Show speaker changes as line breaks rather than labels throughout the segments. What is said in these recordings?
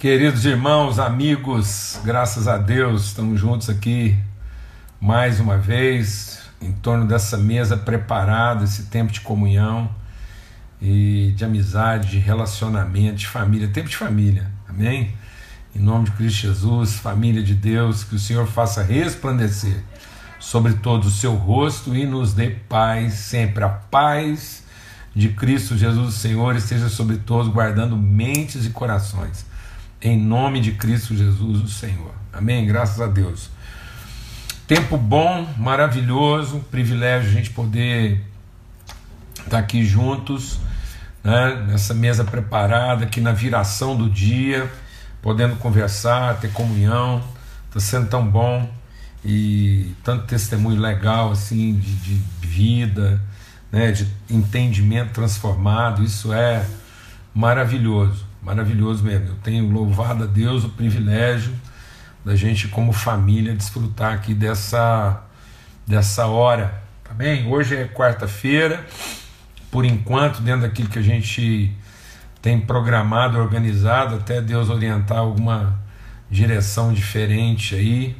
Queridos irmãos, amigos, graças a Deus, estamos juntos aqui mais uma vez, em torno dessa mesa preparada, esse tempo de comunhão e de amizade, de relacionamento, de família, tempo de família, amém? Em nome de Cristo Jesus, família de Deus, que o Senhor faça resplandecer sobre todo o seu rosto e nos dê paz sempre. A paz de Cristo Jesus, o Senhor, esteja sobre todos, guardando mentes e corações. Em nome de Cristo Jesus, o Senhor. Amém? Graças a Deus. Tempo bom, maravilhoso, privilégio a gente poder estar aqui juntos, né, nessa mesa preparada, aqui na viração do dia, podendo conversar, ter comunhão. Está sendo tão bom e tanto testemunho legal assim de vida, né, de entendimento transformado. Isso é maravilhoso. Maravilhoso mesmo. Eu tenho louvado a Deus o privilégio da gente como família desfrutar aqui dessa hora, tá bem? Hoje é quarta-feira, por enquanto, dentro daquilo que a gente tem programado, organizado, até Deus orientar alguma direção diferente aí,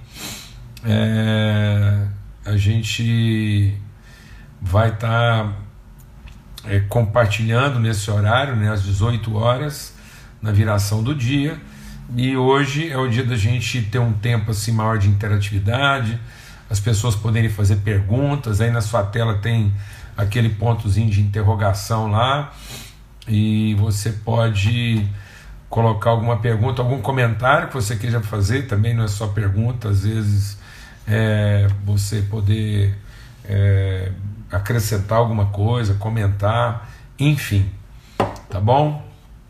a gente vai estar compartilhando nesse horário, né, às 18 horas, na viração do dia, e hoje é o dia da gente ter um tempo assim maior de interatividade, as pessoas poderem fazer perguntas. Aí na sua tela tem aquele pontozinho de interrogação lá, e você pode colocar alguma pergunta, algum comentário que você queira fazer, também não é só pergunta, às vezes você poder acrescentar alguma coisa, comentar, enfim, tá bom?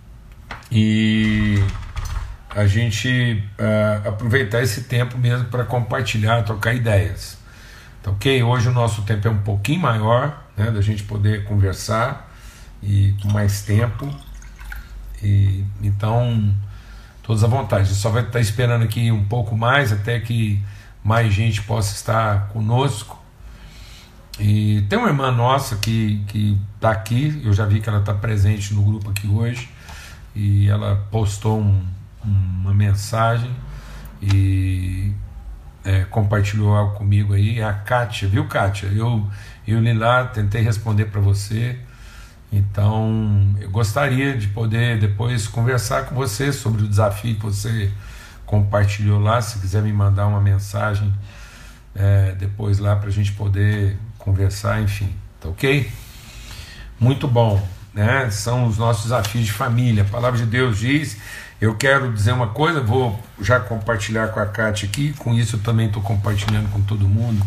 E a gente aproveitar esse tempo mesmo para compartilhar, trocar ideias, tá ok? Hoje o nosso tempo é um pouquinho maior, né, da gente poder conversar e com mais tempo, e então todos à vontade. A gente só vai estar esperando aqui um pouco mais até que mais gente possa estar conosco. E tem uma irmã nossa que está aqui, eu já vi que ela está presente no grupo aqui hoje, e ela postou uma mensagem e compartilhou algo comigo aí. É a Kátia, viu, Kátia? Eu li lá, tentei responder para você, então eu gostaria de poder depois conversar com você sobre o desafio que você compartilhou lá. Se quiser me mandar uma mensagem depois lá para a gente poder conversar, enfim, tá ok? Muito bom, né? São os nossos desafios de família. A palavra de Deus diz, eu quero dizer uma coisa, vou já compartilhar com a Kátia aqui, com isso eu também estou compartilhando com todo mundo.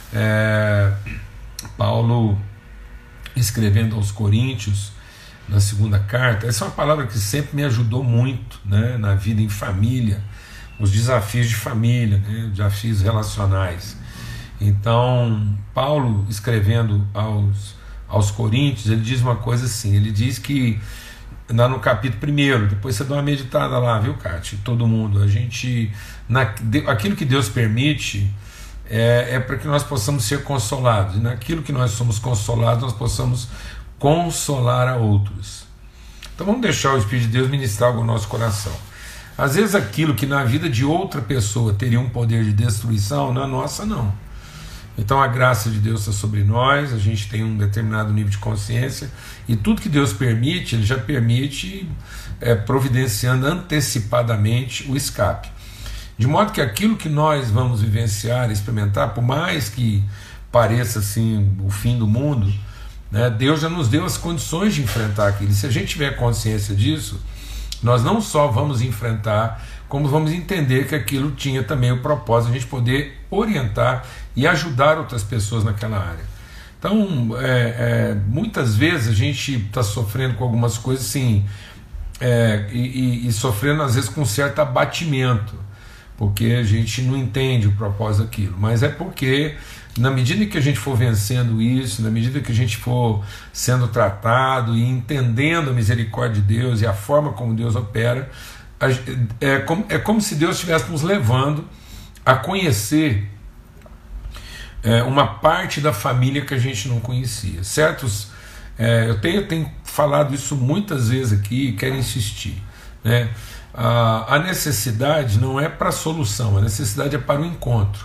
Paulo escrevendo aos Coríntios, na segunda carta, essa é uma palavra que sempre me ajudou muito, né, na vida em família, os desafios de família, né, desafios relacionais. Então, Paulo escrevendo aos Coríntios, ele diz uma coisa assim, ele diz que lá no capítulo 1, depois você dá uma meditada lá, viu, Cátia? Todo mundo, aquilo que Deus permite para que nós possamos ser consolados, e naquilo que nós somos consolados, nós possamos consolar a outros. Então vamos deixar o Espírito de Deus ministrar algo no nosso coração. Às vezes aquilo que na vida de outra pessoa teria um poder de destruição, na nossa não. Então a graça de Deus está sobre nós, a gente tem um determinado nível de consciência, e tudo que Deus permite, Ele já permite providenciando antecipadamente o escape. De modo que aquilo que nós vamos vivenciar, experimentar, por mais que pareça assim o fim do mundo, né, Deus já nos deu as condições de enfrentar aquilo. E se a gente tiver consciência disso, nós não só vamos enfrentar, como vamos entender que aquilo tinha também o propósito de a gente poder orientar e ajudar outras pessoas naquela área. Então, muitas vezes a gente está sofrendo com algumas coisas assim, e sofrendo às vezes com um certo abatimento, porque a gente não entende o propósito daquilo, mas é porque na medida que a gente for vencendo isso, na medida que a gente for sendo tratado e entendendo a misericórdia de Deus e a forma como Deus opera, é como se Deus estivesse nos levando a conhecer uma parte da família que a gente não conhecia. Eu tenho falado isso muitas vezes aqui e quero insistir. né? A necessidade não é para a solução, a necessidade é para o encontro.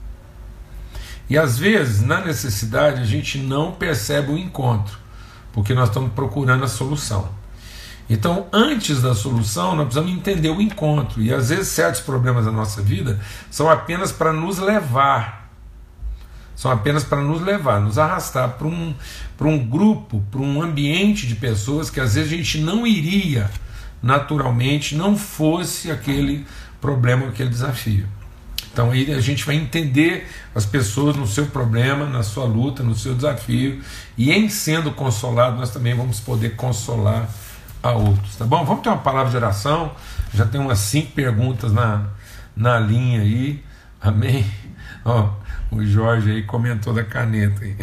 E às vezes, na necessidade, a gente não percebe o encontro, porque nós estamos procurando a solução. Então, antes da solução, nós precisamos entender o encontro. E às vezes, certos problemas da nossa vida são apenas para nos levar. São apenas para nos levar, nos arrastar para um grupo, para um ambiente de pessoas que às vezes a gente não iria naturalmente, não fosse aquele problema, aquele desafio. Então aí a gente vai entender as pessoas no seu problema, na sua luta, no seu desafio, e em sendo consolado nós também vamos poder consolar a outros, tá bom? Vamos ter uma palavra de oração, já tem umas 5 perguntas na linha aí, amém? Ó, o Jorge aí comentou da caneta aí.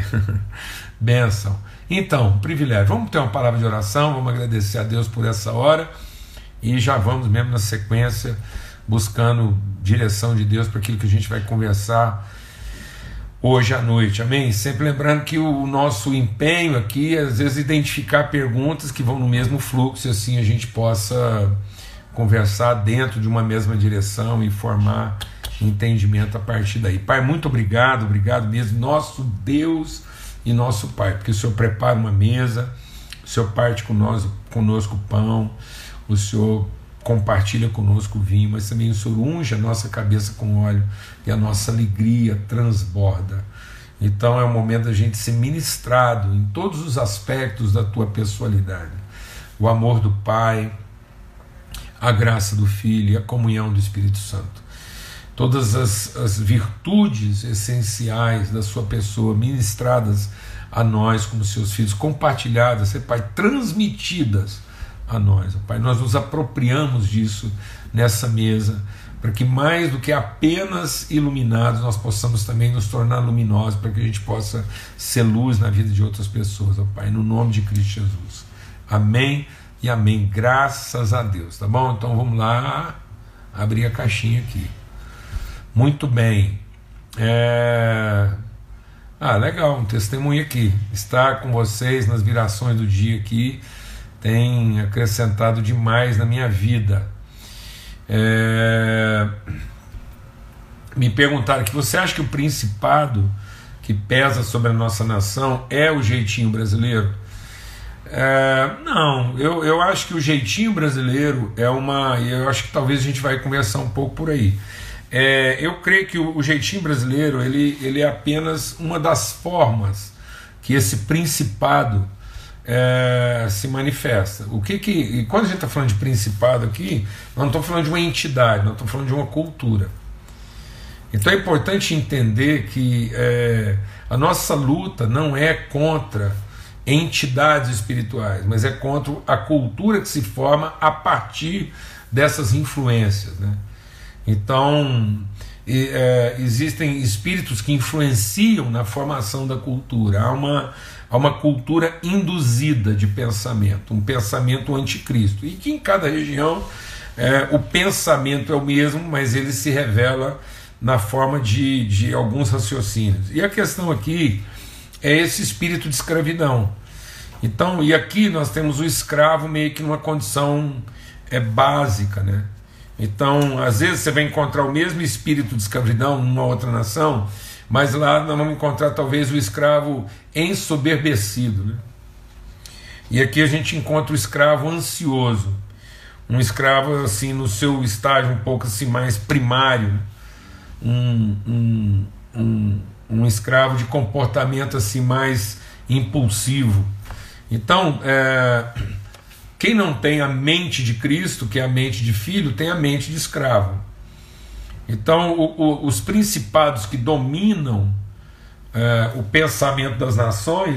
Bênção. Então, privilégio, vamos ter uma palavra de oração, vamos agradecer a Deus por essa hora, e já vamos mesmo na sequência, buscando direção de Deus para aquilo que a gente vai conversar hoje à noite, amém? Sempre lembrando que o nosso empenho aqui é às vezes identificar perguntas que vão no mesmo fluxo, e assim a gente possa conversar dentro de uma mesma direção e formar entendimento a partir daí. Pai, muito obrigado, obrigado mesmo, nosso Deus e nosso Pai, porque o Senhor prepara uma mesa, o Senhor parte conosco o pão, o Senhor compartilha conosco o vinho, mas também o Senhor unge a nossa cabeça com óleo e a nossa alegria transborda. Então é o momento da gente ser ministrado em todos os aspectos da tua pessoalidade, o amor do Pai, a graça do Filho e a comunhão do Espírito Santo, todas as virtudes essenciais da sua pessoa ministradas a nós como seus filhos, compartilhadas, Pai, transmitidas a nós, Pai. Nós nos apropriamos disso nessa mesa, para que mais do que apenas iluminados, nós possamos também nos tornar luminosos, para que a gente possa ser luz na vida de outras pessoas, Pai, no nome de Cristo Jesus. Amém e amém, graças a Deus, tá bom? Então vamos lá abrir a caixinha aqui. Muito bem. Legal, um testemunho aqui. Estar com vocês nas virações do dia aqui tem acrescentado demais na minha vida. Me perguntaram que você acha que o principado que pesa sobre a nossa nação é o jeitinho brasileiro? Não, eu acho que o jeitinho brasileiro eu acho que talvez a gente vai conversar um pouco por aí. Eu creio que o jeitinho brasileiro ele é apenas uma das formas que esse principado se manifesta. E quando a gente está falando de principado aqui, nós não estamos falando de uma entidade, nós estamos falando de uma cultura. Então é importante entender que a nossa luta não é contra entidades espirituais, mas é contra a cultura que se forma a partir dessas influências, né? Então existem espíritos que influenciam na formação da cultura. Há uma cultura induzida de pensamento, um pensamento anticristo, e que em cada região o pensamento é o mesmo, mas ele se revela na forma de alguns raciocínios. E a questão aqui é esse espírito de escravidão. Então, e aqui nós temos o escravo meio que numa condição básica, né? Então, às vezes você vai encontrar o mesmo espírito de escravidão numa outra nação, mas lá nós vamos encontrar talvez o escravo ensoberbecido, né? E aqui a gente encontra o escravo ansioso, um escravo assim no seu estágio um pouco assim mais primário, né? Um escravo de comportamento assim mais impulsivo. Então, quem não tem a mente de Cristo, que é a mente de filho, tem a mente de escravo. Então, os principados que dominam o pensamento das nações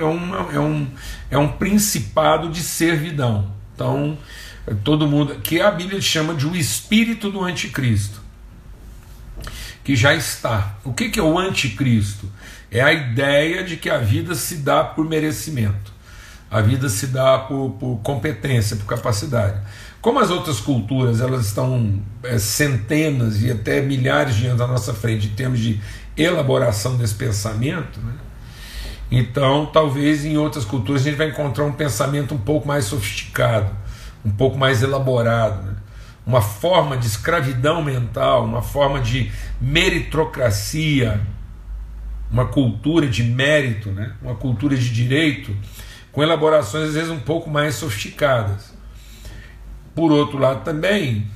é um principado de servidão. Então, todo mundo, que a Bíblia chama de o espírito do anticristo, que já está. O que é o anticristo? É a ideia de que a vida se dá por merecimento, a vida se dá por competência, por capacidade. Como as outras culturas elas estão centenas e até milhares de anos à nossa frente em termos de elaboração desse pensamento, né? Então talvez em outras culturas a gente vai encontrar um pensamento um pouco mais sofisticado, um pouco mais elaborado, né? Uma forma de escravidão mental, uma forma de meritocracia, uma cultura de mérito, né? Uma cultura de direito, com elaborações às vezes um pouco mais sofisticadas. Por outro lado também,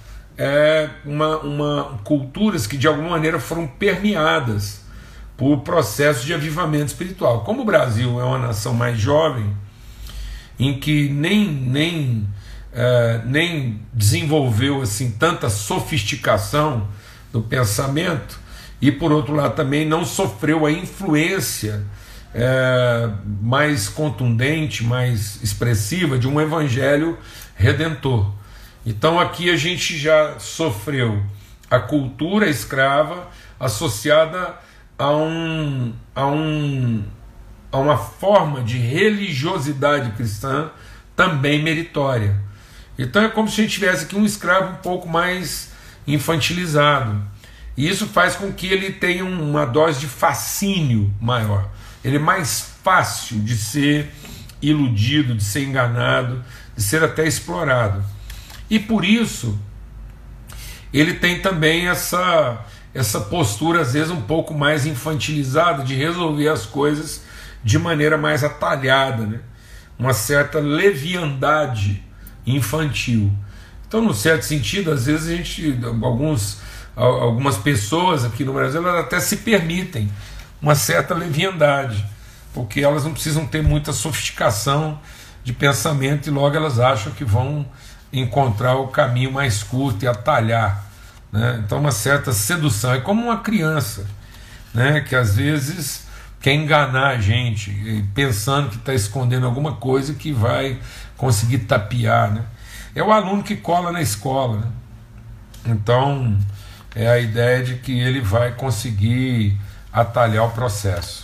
culturas que de alguma maneira foram permeadas por processos de avivamento espiritual. Como o Brasil é uma nação mais jovem, em que nem desenvolveu assim tanta sofisticação do pensamento, e por outro lado também não sofreu a influência mais contundente, mais expressiva de um evangelho redentor. Então aqui a gente já sofreu a cultura escrava associada a uma forma de religiosidade cristã também meritória. Então é como se a gente tivesse aqui um escravo um pouco mais infantilizado. E isso faz com que ele tenha uma dose de fascínio maior. Ele é mais fácil de ser iludido, de ser enganado, de ser até explorado. E por isso ele tem também essa postura às vezes um pouco mais infantilizada de resolver as coisas de maneira mais atalhada, né? Uma certa leviandade infantil. Então, num certo sentido, às vezes algumas pessoas aqui no Brasil elas até se permitem uma certa leviandade, porque elas não precisam ter muita sofisticação de pensamento e logo elas acham que vão encontrar o caminho mais curto e atalhar, né? Então uma certa sedução, é como uma criança, né, que às vezes quer enganar a gente pensando que está escondendo alguma coisa que vai conseguir tapear, né? É o aluno que cola na escola, né? Então é a ideia de que ele vai conseguir atalhar o processo.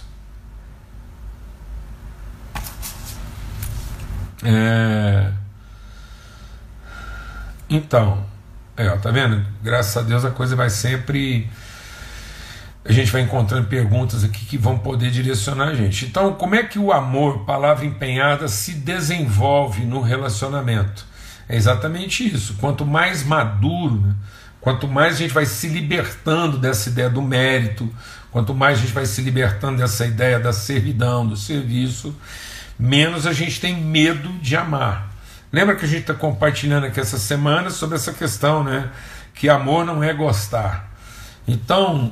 Então, tá vendo? Graças a Deus a coisa vai sempre. A gente vai encontrando perguntas aqui que vão poder direcionar a gente. Então, como é que o amor, palavra empenhada, se desenvolve no relacionamento? É exatamente isso. Quanto mais maduro, né? Quanto mais a gente vai se libertando dessa ideia do mérito, quanto mais a gente vai se libertando dessa ideia da servidão, do serviço, menos a gente tem medo de amar. Lembra que a gente está compartilhando aqui essa semana sobre essa questão, né? Que amor não é gostar. Então,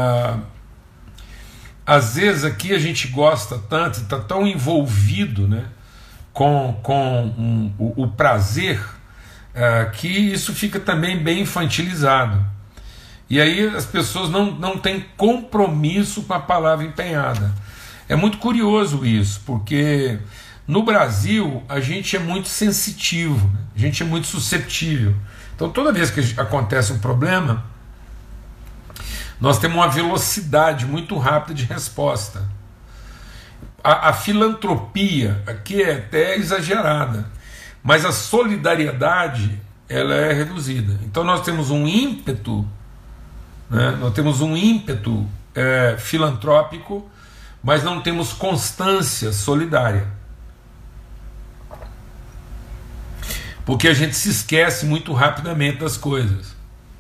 às vezes aqui a gente gosta tanto, está tão envolvido, né, com o prazer, que isso fica também bem infantilizado. E aí as pessoas não têm compromisso com a palavra empenhada. É muito curioso isso, porque no Brasil a gente é muito sensitivo, né? A gente é muito susceptível. Então toda vez que acontece um problema, nós temos uma velocidade muito rápida de resposta. A filantropia aqui é até exagerada, mas a solidariedade ela é reduzida. Então nós temos um ímpeto, né? Nós temos um ímpeto filantrópico, mas não temos constância solidária. Porque a gente se esquece muito rapidamente das coisas.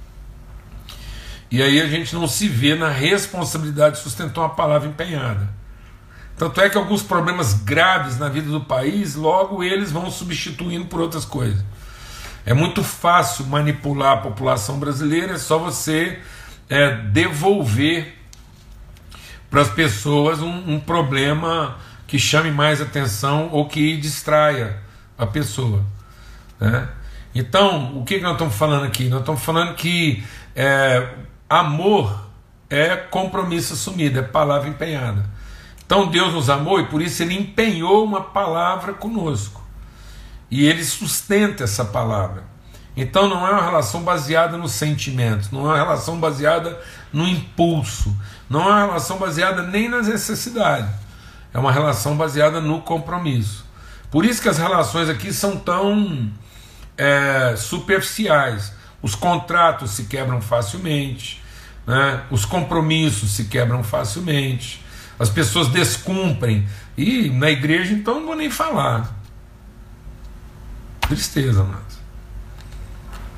E aí a gente não se vê na responsabilidade de sustentar uma palavra empenhada. Tanto é que alguns problemas graves na vida do país, logo eles vão substituindo por outras coisas. É muito fácil manipular a população brasileira, é só você devolver para as pessoas um problema que chame mais atenção ou que distraia a pessoa, né? Então, o que nós estamos falando aqui? Nós estamos falando que amor é compromisso assumido, é palavra empenhada. Então Deus nos amou e por isso Ele empenhou uma palavra conosco. E Ele sustenta essa palavra. Então não é uma relação baseada nos sentimentos, não é uma relação baseada no impulso, não é uma relação baseada nem nas necessidades. É uma relação baseada no compromisso. Por isso que as relações aqui são tão superficiais. Os contratos se quebram facilmente, né? Os compromissos se quebram facilmente, as pessoas descumprem, e na igreja então não vou nem falar. Tristeza, mas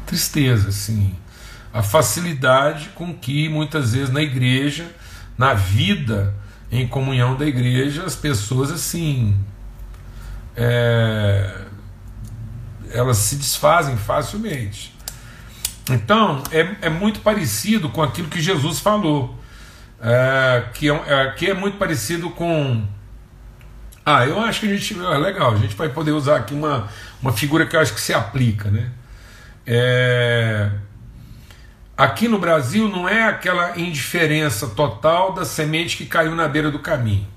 tristeza, assim, a facilidade com que muitas vezes na igreja, na vida em comunhão da igreja, as pessoas assim, elas se desfazem facilmente. Então é muito parecido com aquilo que Jesus falou, que é muito parecido com... eu acho que a gente... legal, a gente vai poder usar aqui uma figura que eu acho que se aplica, né? Aqui no Brasil não é aquela indiferença total da semente que caiu na beira do caminho.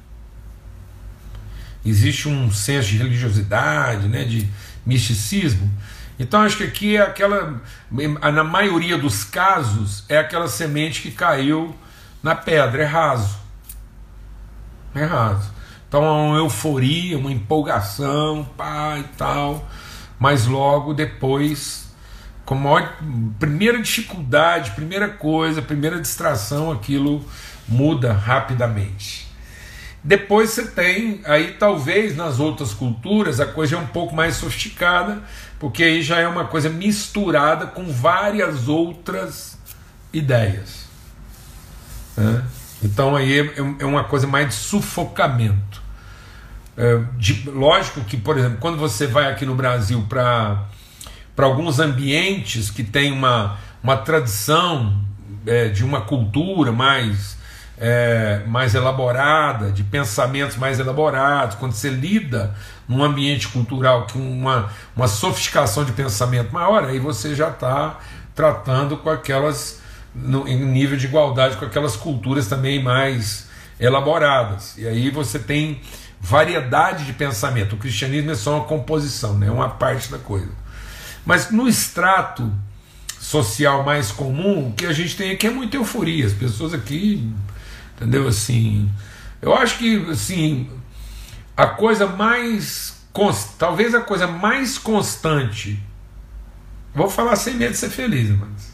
Existe um senso de religiosidade, né, de misticismo. Então acho que aqui é aquela, na maioria dos casos, é aquela semente que caiu na pedra, é raso. É raso. Então há uma euforia, uma empolgação, pá e tal, mas logo depois, com a maior, primeira dificuldade, primeira coisa, primeira distração, aquilo muda rapidamente. Depois você tem, aí talvez nas outras culturas a coisa é um pouco mais sofisticada, porque aí já é uma coisa misturada com várias outras ideias, né? Então aí é uma coisa mais de sufocamento. Lógico que, por exemplo, quando você vai aqui no Brasil para alguns ambientes que tem uma tradição de uma cultura mais elaborada, de pensamentos mais elaborados, quando você lida num ambiente cultural com uma sofisticação de pensamento maior, aí você já está tratando com aquelas, em nível de igualdade, com aquelas culturas também mais elaboradas, e aí você tem variedade de pensamento. O cristianismo é só uma composição, né? Uma parte da coisa. Mas no extrato social mais comum, o que a gente tem aqui é muita euforia. As pessoas aqui, entendeu? Assim, eu acho que assim, a coisa mais talvez a coisa mais constante, vou falar sem medo de ser feliz, mas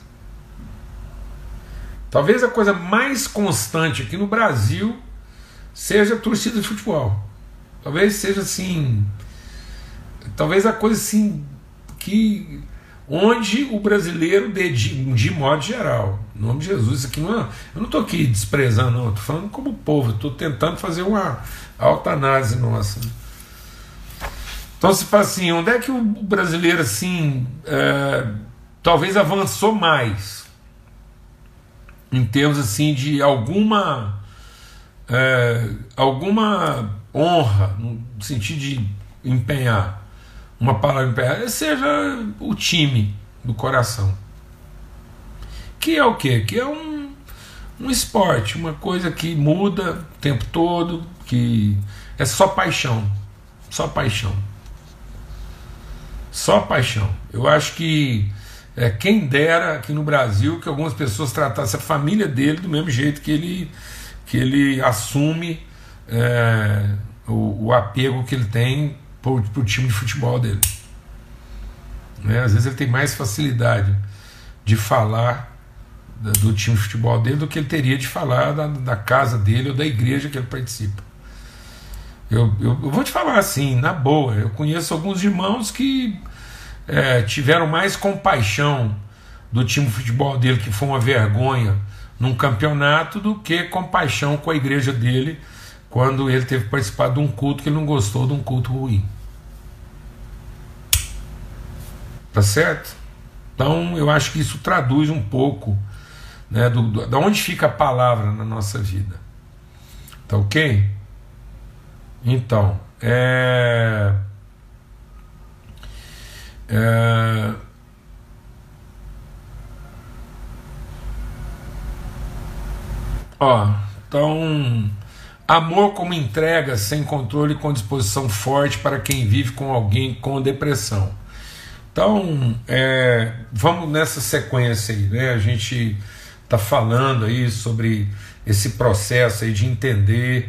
talvez a coisa mais constante aqui no Brasil seja a torcida de futebol. Talvez seja assim, talvez a coisa assim que onde o brasileiro de modo geral, em nome de Jesus, isso aqui não é, eu não estou aqui desprezando, não, estou falando como povo, estou tentando fazer uma autoanálise nossa. Então se fala assim, onde é que o brasileiro assim talvez avançou mais em termos assim de alguma honra, no sentido de empenhar, uma palavra empenhar, seja o time do coração, que é o quê? Que é um esporte, uma coisa que muda o tempo todo, que é só paixão, só paixão, só paixão. Eu acho que quem dera aqui no Brasil que algumas pessoas tratassem a família dele do mesmo jeito que ele assume o apego que ele tem pro time de futebol dele, né? Às vezes ele tem mais facilidade de falar do time de futebol dele do que ele teria de falar da casa dele ou da igreja que ele participa. Eu vou te falar assim, na boa, eu conheço alguns irmãos que tiveram mais compaixão do time de futebol dele, que foi uma vergonha num campeonato, do que compaixão com a igreja dele quando ele teve que participar de um culto que ele não gostou, de um culto ruim. Tá certo? Então eu acho que isso traduz um pouco, né, da onde fica a palavra na nossa vida. Tá ok? Então então, amor como entrega, sem controle, com disposição forte para quem vive com alguém com depressão. Então, vamos nessa sequência aí, né? A gente está falando aí sobre esse processo aí de entender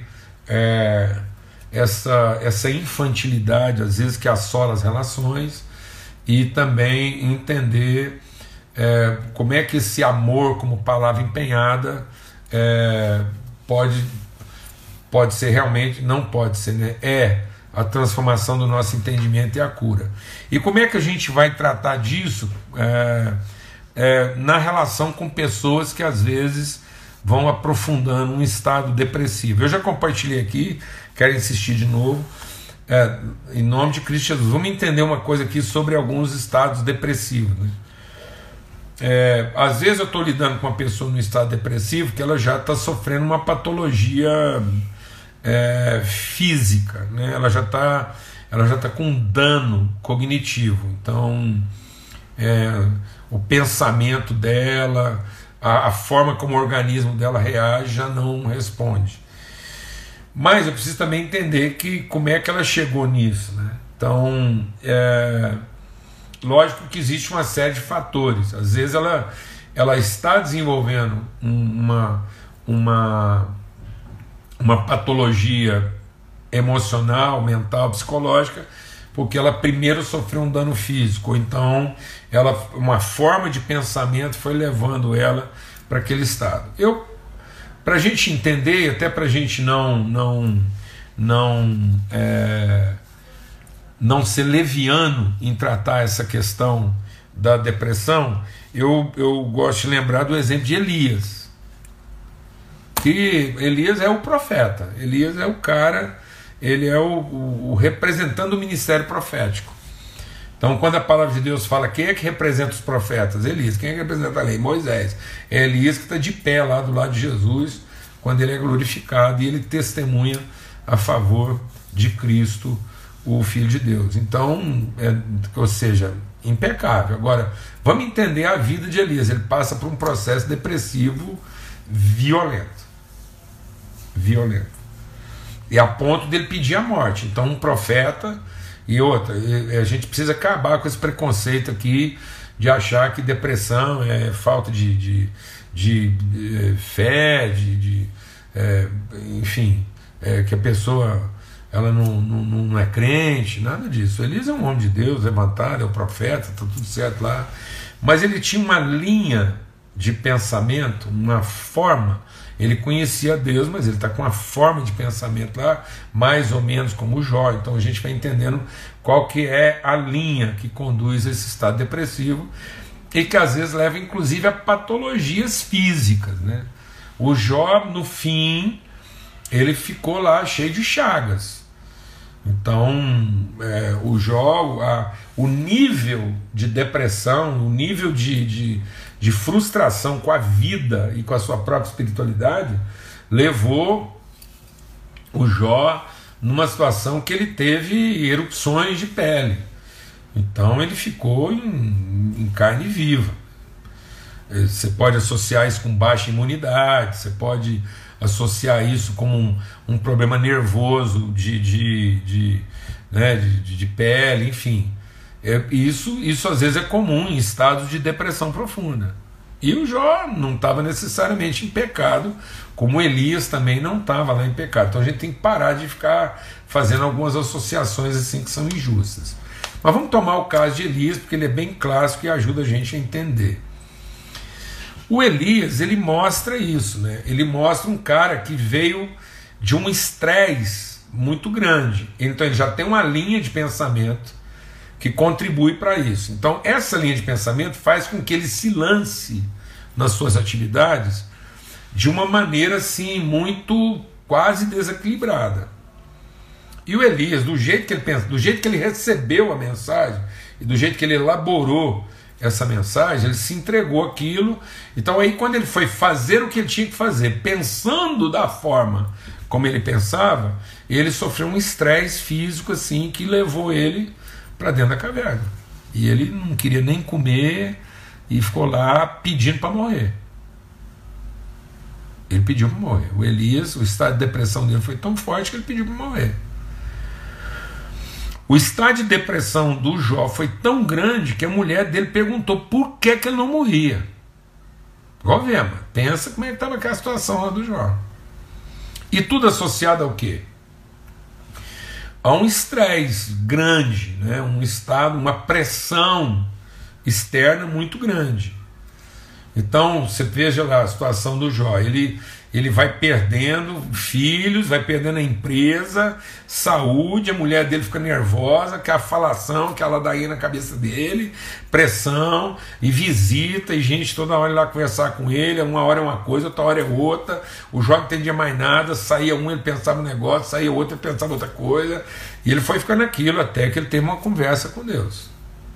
essa infantilidade, às vezes, que assola as relações, e também entender como é que esse amor como palavra empenhada pode ser realmente, não pode ser, né? a transformação do nosso entendimento e a cura. E como é que a gente vai tratar disso na relação com pessoas que às vezes vão aprofundando um estado depressivo? Eu já compartilhei aqui, quero insistir de novo, em nome de Cristo Jesus. Vamos entender uma coisa aqui sobre alguns estados depressivos, né? Às vezes eu estou lidando com uma pessoa no estado depressivo que ela já está sofrendo uma patologia física, né? Ela já está com um dano cognitivo. Então o pensamento dela, a forma como o organismo dela reage já não responde. Mas eu preciso também entender como é que ela chegou nisso, né? Então lógico que existe uma série de fatores. Às vezes ela está desenvolvendo uma patologia emocional, mental, psicológica, porque ela primeiro sofreu um dano físico, ou então uma forma de pensamento foi levando ela para aquele estado. Para a gente entender, e até para a gente não ser leviano em tratar essa questão da depressão, eu gosto de lembrar do exemplo de Elias. Que Elias é o profeta, Elias é o cara, ele é o representante do ministério profético. Então, quando a palavra de Deus fala quem é que representa os profetas, Elias. Quem é que representa a lei? Moisés. É Elias que está de pé lá do lado de Jesus quando ele é glorificado e ele testemunha a favor de Cristo, o Filho de Deus. Então, ou seja, impecável. Agora, vamos entender a vida de Elias. Ele passa por um processo depressivo violento. E a ponto dele pedir a morte. Então, um profeta e outra. A gente precisa acabar com esse preconceito aqui de achar que depressão é falta de fé, enfim, que a pessoa ela não é crente, nada disso. Elias é um homem de Deus, levantado, é o profeta, está tudo certo lá. Mas ele tinha uma linha de pensamento, uma forma. Ele conhecia Deus, mas ele está com uma forma de pensamento lá, mais ou menos como o Jó. Então a gente vai entendendo qual que é a linha que conduz a esse estado depressivo e que às vezes leva inclusive a patologias físicas, né? O Jó, no fim, ele ficou lá cheio de chagas. Então o Jó, o nível de depressão, o nível de frustração com a vida e com a sua própria espiritualidade levou o Jó numa situação que ele teve erupções de pele. Então ele ficou em carne viva. Você pode associar isso com baixa imunidade, você pode associar isso como um problema nervoso de pele, enfim. Isso às vezes é comum em estados de depressão profunda. E o Jó não estava necessariamente em pecado, como Elias também não estava lá em pecado. Então a gente tem que parar de ficar fazendo algumas associações assim que são injustas. Mas vamos tomar o caso de Elias, porque ele é bem clássico e ajuda a gente a entender. O Elias, ele mostra isso, né? Ele mostra um cara que veio de um estresse muito grande. Então ele já tem uma linha de pensamento que contribui para isso. Então essa linha de pensamento faz com que ele se lance nas suas atividades de uma maneira assim muito quase desequilibrada. E o Elias, do jeito que ele pensa, do jeito que ele recebeu a mensagem e do jeito que ele elaborou essa mensagem, ele se entregou àquilo. Então aí quando ele foi fazer o que ele tinha que fazer, pensando da forma como ele pensava, ele sofreu um estresse físico assim que levou ele para dentro da caverna. E ele não queria nem comer e ficou lá pedindo para morrer. Ele pediu para morrer. O Elias, o estado de depressão dele foi tão forte que ele pediu para morrer. O estado de depressão do Jó foi tão grande que a mulher dele perguntou por que ele não morria. Govema, pensa como é que estava aquela situação lá do Jó. E tudo associado ao quê? A um estresse grande, né? Um estado, uma pressão externa muito grande. Então você veja lá a situação do Jó, ele vai perdendo filhos, vai perdendo a empresa, saúde, a mulher dele fica nervosa, que é a falação, que é a ladainha na cabeça dele, pressão, e visita, e gente toda hora ir lá conversar com ele, uma hora é uma coisa, outra hora é outra, o Jó não entendia mais nada, saía um, ele pensava um negócio, saía outro, ele pensava outra coisa, e ele foi ficando naquilo até que ele teve uma conversa com Deus.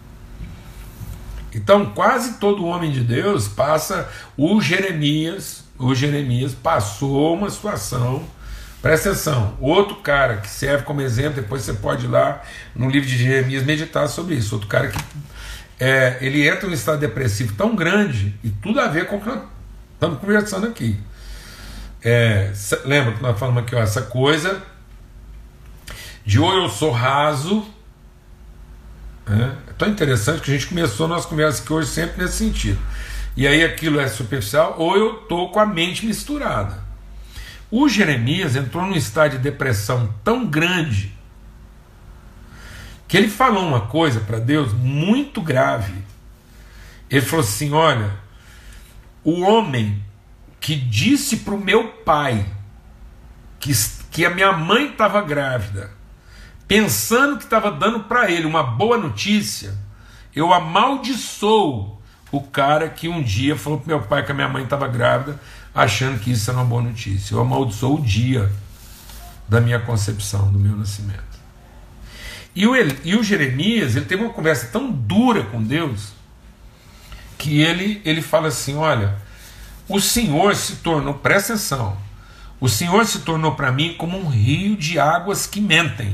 Então quase todo homem de Deus passa, o Jeremias passou uma situação, presta atenção, outro cara que serve como exemplo, depois você pode ir lá no livro de Jeremias meditar sobre isso, outro cara que ele entra num estado depressivo tão grande, e tudo a ver com o que nós estamos conversando aqui. Lembra que nós falamos aqui, ó, essa coisa de ou eu sou raso, é tão interessante que a gente começou a nossa conversa aqui hoje sempre nesse sentido. E aí aquilo é superficial, ou eu estou com a mente misturada. O Jeremias entrou num estado de depressão tão grande que ele falou uma coisa para Deus muito grave. Ele falou assim: olha, o homem que disse para o meu pai que a minha mãe estava grávida, pensando que estava dando para ele uma boa notícia, eu amaldiçoo o cara que um dia falou para meu pai que a minha mãe estava grávida, achando que isso era uma boa notícia. Eu amaldiçoo o dia da minha concepção, do meu nascimento. E o Jeremias, ele teve uma conversa tão dura com Deus, que ele fala assim: olha, o Senhor se tornou, presta atenção, o Senhor se tornou para mim como um rio de águas que mentem.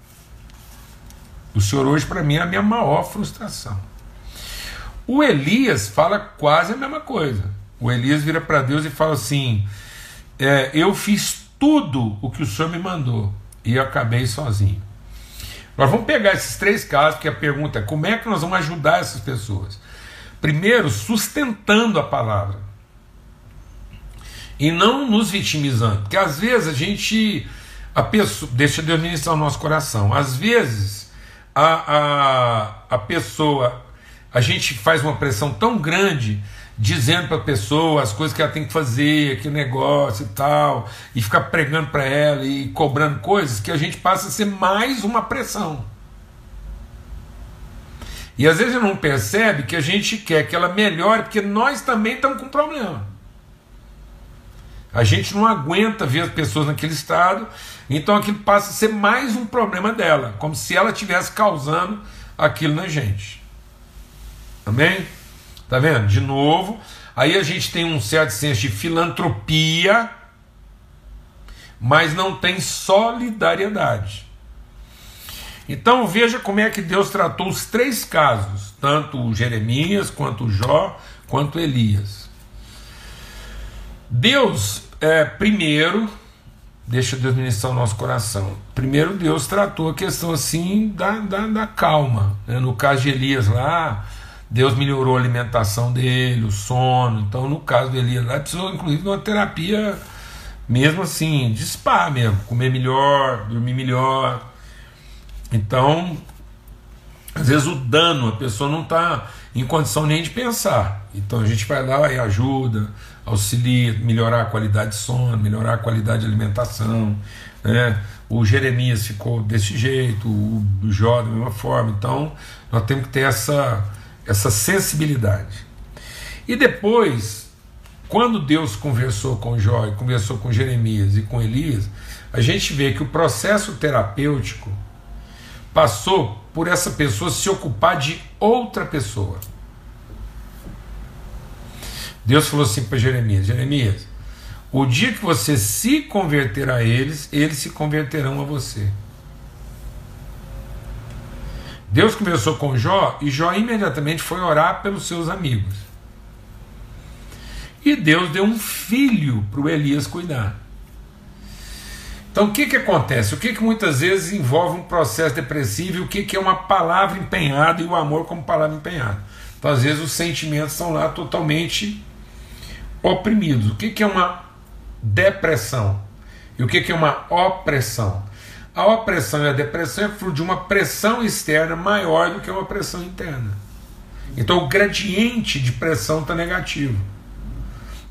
O Senhor hoje para mim é a minha maior frustração. O Elias fala quase a mesma coisa. O Elias vira para Deus e fala assim: eu fiz tudo o que o Senhor me mandou e acabei sozinho. Nós vamos pegar esses três casos, porque a pergunta é: como é que nós vamos ajudar essas pessoas? Primeiro, sustentando a palavra e não nos vitimizando, porque às vezes a pessoa, deixa Deus ministrar o nosso coração, às vezes a pessoa, a gente faz uma pressão tão grande, dizendo para a pessoa as coisas que ela tem que fazer, aquele negócio e tal, e ficar pregando para ela e cobrando coisas, que a gente passa a ser mais uma pressão. E às vezes não percebe que a gente quer que ela melhore, porque nós também estamos com problema. A gente não aguenta ver as pessoas naquele estado, então aquilo passa a ser mais um problema dela, como se ela estivesse causando aquilo na gente. Amém? Tá vendo? De novo, aí a gente tem um certo senso de filantropia, mas não tem solidariedade. Então veja como é que Deus tratou os três casos, tanto o Jeremias, quanto o Jó, quanto Elias. Deus, primeiro, deixa Deus ministrar o nosso coração. Primeiro Deus tratou a questão assim da calma, né? No caso de Elias lá, Deus melhorou a alimentação dele, o sono. Então no caso de Elias lá, precisou inclusive de uma terapia mesmo assim, de spa mesmo, comer melhor, dormir melhor. Então às vezes o dano, a pessoa não está em condição nem de pensar, então a gente vai lá e ajuda, auxilia, melhorar a qualidade de sono, melhorar a qualidade de alimentação, né? O Jeremias ficou desse jeito, o Jó da mesma forma. Então nós temos que ter essa sensibilidade. E depois, quando Deus conversou com Jó, conversou com Jeremias e com Elias, a gente vê que o processo terapêutico passou por essa pessoa se ocupar de outra pessoa. Deus falou assim para Jeremias: Jeremias, o dia que você se converter a eles, eles se converterão a você. Deus conversou com Jó, e Jó imediatamente foi orar pelos seus amigos. E Deus deu um filho para o Elias cuidar. Então o que acontece? O que muitas vezes envolve um processo depressivo, e o que é uma palavra empenhada e o amor como palavra empenhada? Então às vezes os sentimentos estão lá totalmente oprimidos. O que é uma depressão? E o que é uma opressão? A opressão e a depressão é fruto de uma pressão externa maior do que uma pressão interna. Então o gradiente de pressão está negativo.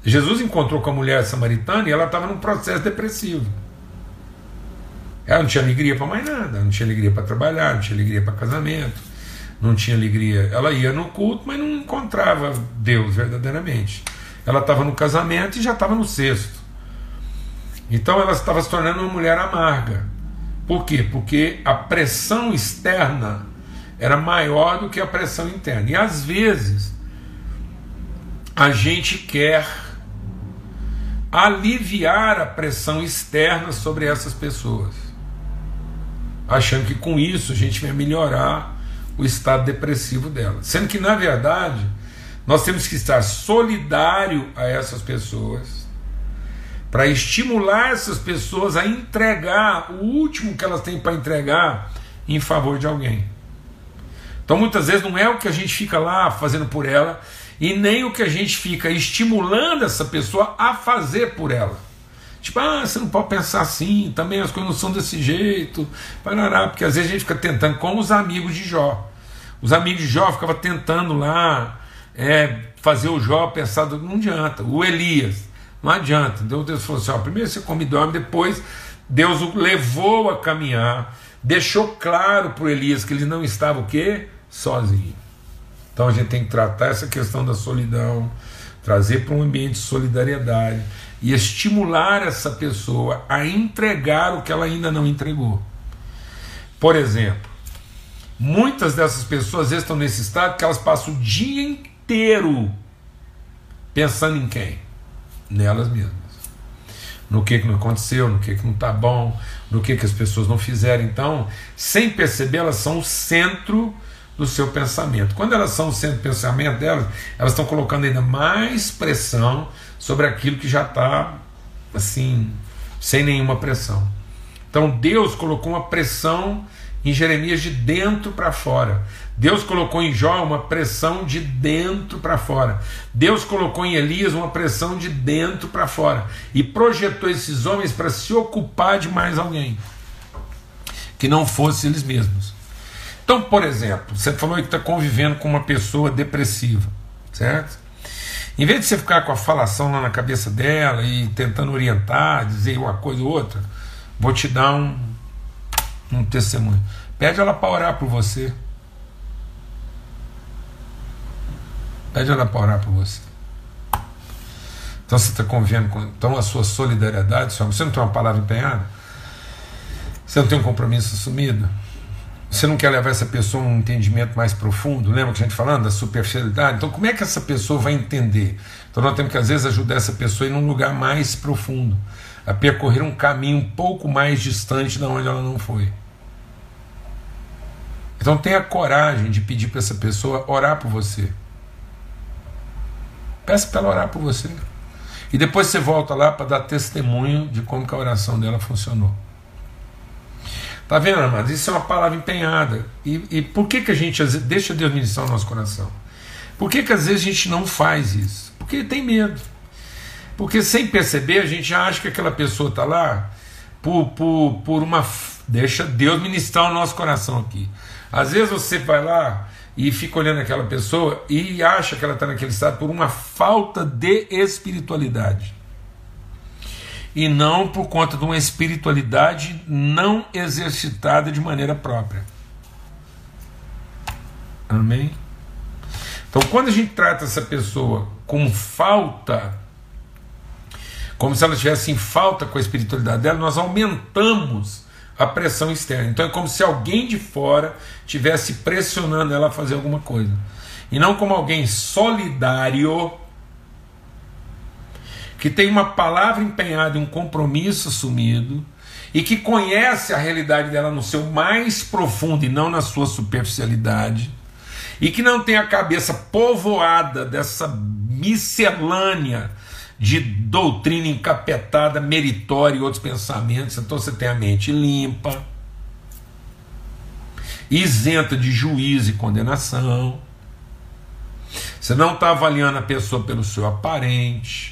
Jesus encontrou com a mulher samaritana e ela estava num processo depressivo. Ela não tinha alegria para mais nada, não tinha alegria para trabalhar, não tinha alegria para casamento, não tinha alegria. Ela ia no culto, mas não encontrava Deus verdadeiramente. Ela estava no casamento e já estava no sexto. Então ela estava se tornando uma mulher amarga. Por quê? Porque a pressão externa era maior do que a pressão interna. E às vezes a gente quer aliviar a pressão externa sobre essas pessoas, achando que com isso a gente vai melhorar o estado depressivo dela, sendo que na verdade nós temos que estar solidário a essas pessoas para estimular essas pessoas a entregar o último que elas têm para entregar em favor de alguém. Então muitas vezes não é o que a gente fica lá fazendo por ela e nem o que a gente fica estimulando essa pessoa a fazer por ela. Tipo, você não pode pensar assim, também as coisas não são desse jeito, parará, porque às vezes a gente fica tentando, como os amigos de Jó. Os amigos de Jó ficavam tentando lá fazer o Jó pensar, não adianta. O Elias, não adianta. Então Deus falou assim, primeiro você come e dorme, depois Deus o levou a caminhar, deixou claro para o Elias que ele não estava o quê? Sozinho. Então a gente tem que tratar essa questão da solidão, trazer para um ambiente de solidariedade e estimular essa pessoa a entregar o que ela ainda não entregou. Por exemplo, muitas dessas pessoas às vezes estão nesse estado que elas passam o dia inteiro pensando em quem? Nelas mesmas. No que não aconteceu, no que não está bom, no que as pessoas não fizeram. Então, sem perceber, elas são o centro do seu pensamento. Quando elas são o centro do pensamento delas, elas estão colocando ainda mais pressão sobre aquilo que já está assim, sem nenhuma pressão. Então Deus colocou uma pressão em Jeremias de dentro para fora. Deus colocou em Jó uma pressão de dentro para fora. Deus colocou em Elias uma pressão de dentro para fora e projetou esses homens para se ocupar de mais alguém que não fosse eles mesmos. Então, por exemplo, você falou que está convivendo com uma pessoa depressiva, certo? Em vez de você ficar com a falação lá na cabeça dela e tentando orientar, dizer uma coisa ou outra, vou te dar um testemunho. Pede ela para orar por você. Pede ela para orar por você. Então você está convivendo com a sua solidariedade, você não tem uma palavra empenhada? Você não tem um compromisso assumido? Você não quer levar essa pessoa a um entendimento mais profundo? Lembra que a gente falando da superficialidade? Então como é que essa pessoa vai entender? Então nós temos que às vezes ajudar essa pessoa a ir num lugar mais profundo, a percorrer um caminho um pouco mais distante de onde ela não foi. Então tenha coragem de pedir para essa pessoa orar por você. Peça para ela orar por você. E depois você volta lá para dar testemunho de como que a oração dela funcionou. Está vendo, amados? Isso é uma palavra empenhada. E por que a gente deixa Deus ministrar o nosso coração? Por que às vezes a gente não faz isso? Porque tem medo. Porque sem perceber a gente já acha que aquela pessoa está lá por uma... Deixa Deus ministrar o nosso coração aqui. Às vezes você vai lá e fica olhando aquela pessoa e acha que ela está naquele estado por uma falta de espiritualidade. E não por conta de uma espiritualidade não exercitada de maneira própria. Amém? Então quando a gente trata essa pessoa com falta, como se ela estivesse em falta com a espiritualidade dela, nós aumentamos a pressão externa. Então é como se alguém de fora estivesse pressionando ela a fazer alguma coisa. E não como alguém solidário, que tem uma palavra empenhada e um compromisso assumido, e que conhece a realidade dela no seu mais profundo e não na sua superficialidade, e que não tem a cabeça povoada dessa miscelânea de doutrina encapetada, meritória e outros pensamentos. Então você tem a mente limpa, isenta de juízo e condenação. Você não está avaliando a pessoa pelo seu aparente.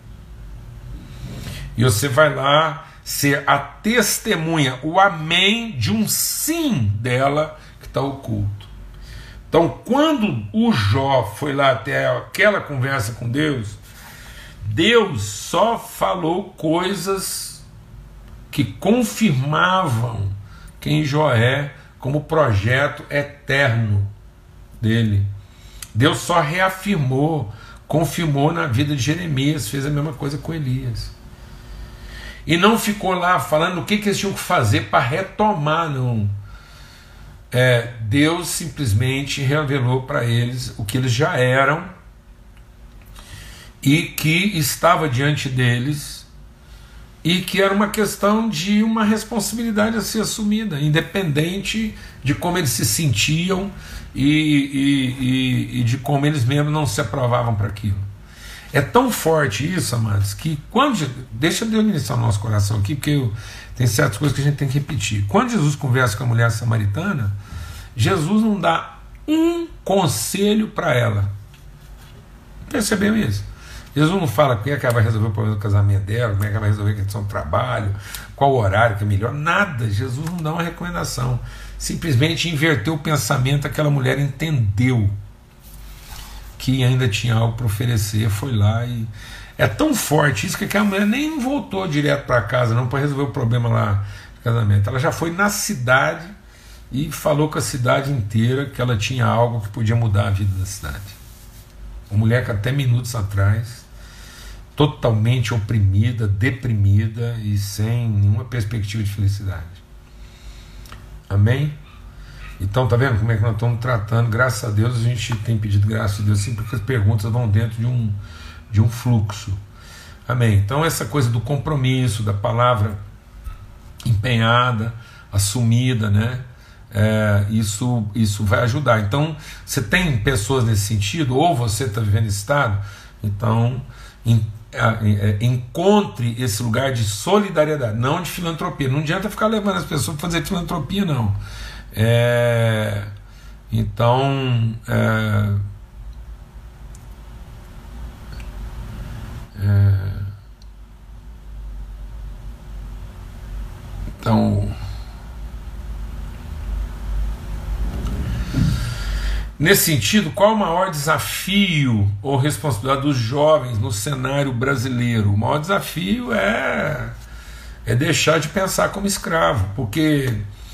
E você vai lá ser a testemunha, o amém de um sim dela que está oculto. Então, quando o Jó foi lá até aquela conversa com Deus, Deus só falou coisas que confirmavam quem Jó é como projeto eterno dele. Deus só reafirmou, confirmou na vida de Jeremias, fez a mesma coisa com Elias. E não ficou lá falando o que eles tinham que fazer para retomar, não. Deus simplesmente revelou para eles o que eles já eram e que estava diante deles e que era uma questão de uma responsabilidade a ser assumida, independente de como eles se sentiam e de como eles mesmos não se aprovavam para aquilo. É tão forte isso, amados, que quando... Deixa Deus ministrar o nosso coração aqui, porque tem certas coisas que a gente tem que repetir. Quando Jesus conversa com a mulher samaritana, Jesus não dá um conselho para ela. Percebeu isso? Jesus não fala como é que ela vai resolver o problema do casamento dela, como é que ela vai resolver a questão do trabalho, qual horário que é melhor, nada. Jesus não dá uma recomendação. Simplesmente inverteu o pensamento, aquela mulher entendeu que ainda tinha algo para oferecer, foi lá e... É tão forte isso que aquela mulher nem voltou direto para casa, não, para resolver o problema lá do casamento. Ela já foi na cidade e falou com a cidade inteira que ela tinha algo que podia mudar a vida da cidade. Uma mulher que até minutos atrás, totalmente oprimida, deprimida e sem nenhuma perspectiva de felicidade. Amém? Então, tá vendo como é que nós estamos tratando? Graças a Deus a gente tem pedido graça a Deus, sim, porque as perguntas vão dentro de um fluxo. Amém? Então essa coisa do compromisso, da palavra empenhada, assumida, né? Isso vai ajudar. Então, você tem pessoas nesse sentido, ou você está vivendo esse estado, então encontre esse lugar de solidariedade, não de filantropia. Não adianta ficar levando as pessoas para fazer filantropia, não. Então nesse sentido, qual o maior desafio ou responsabilidade dos jovens no cenário brasileiro? O maior desafio é deixar de pensar como escravo, porque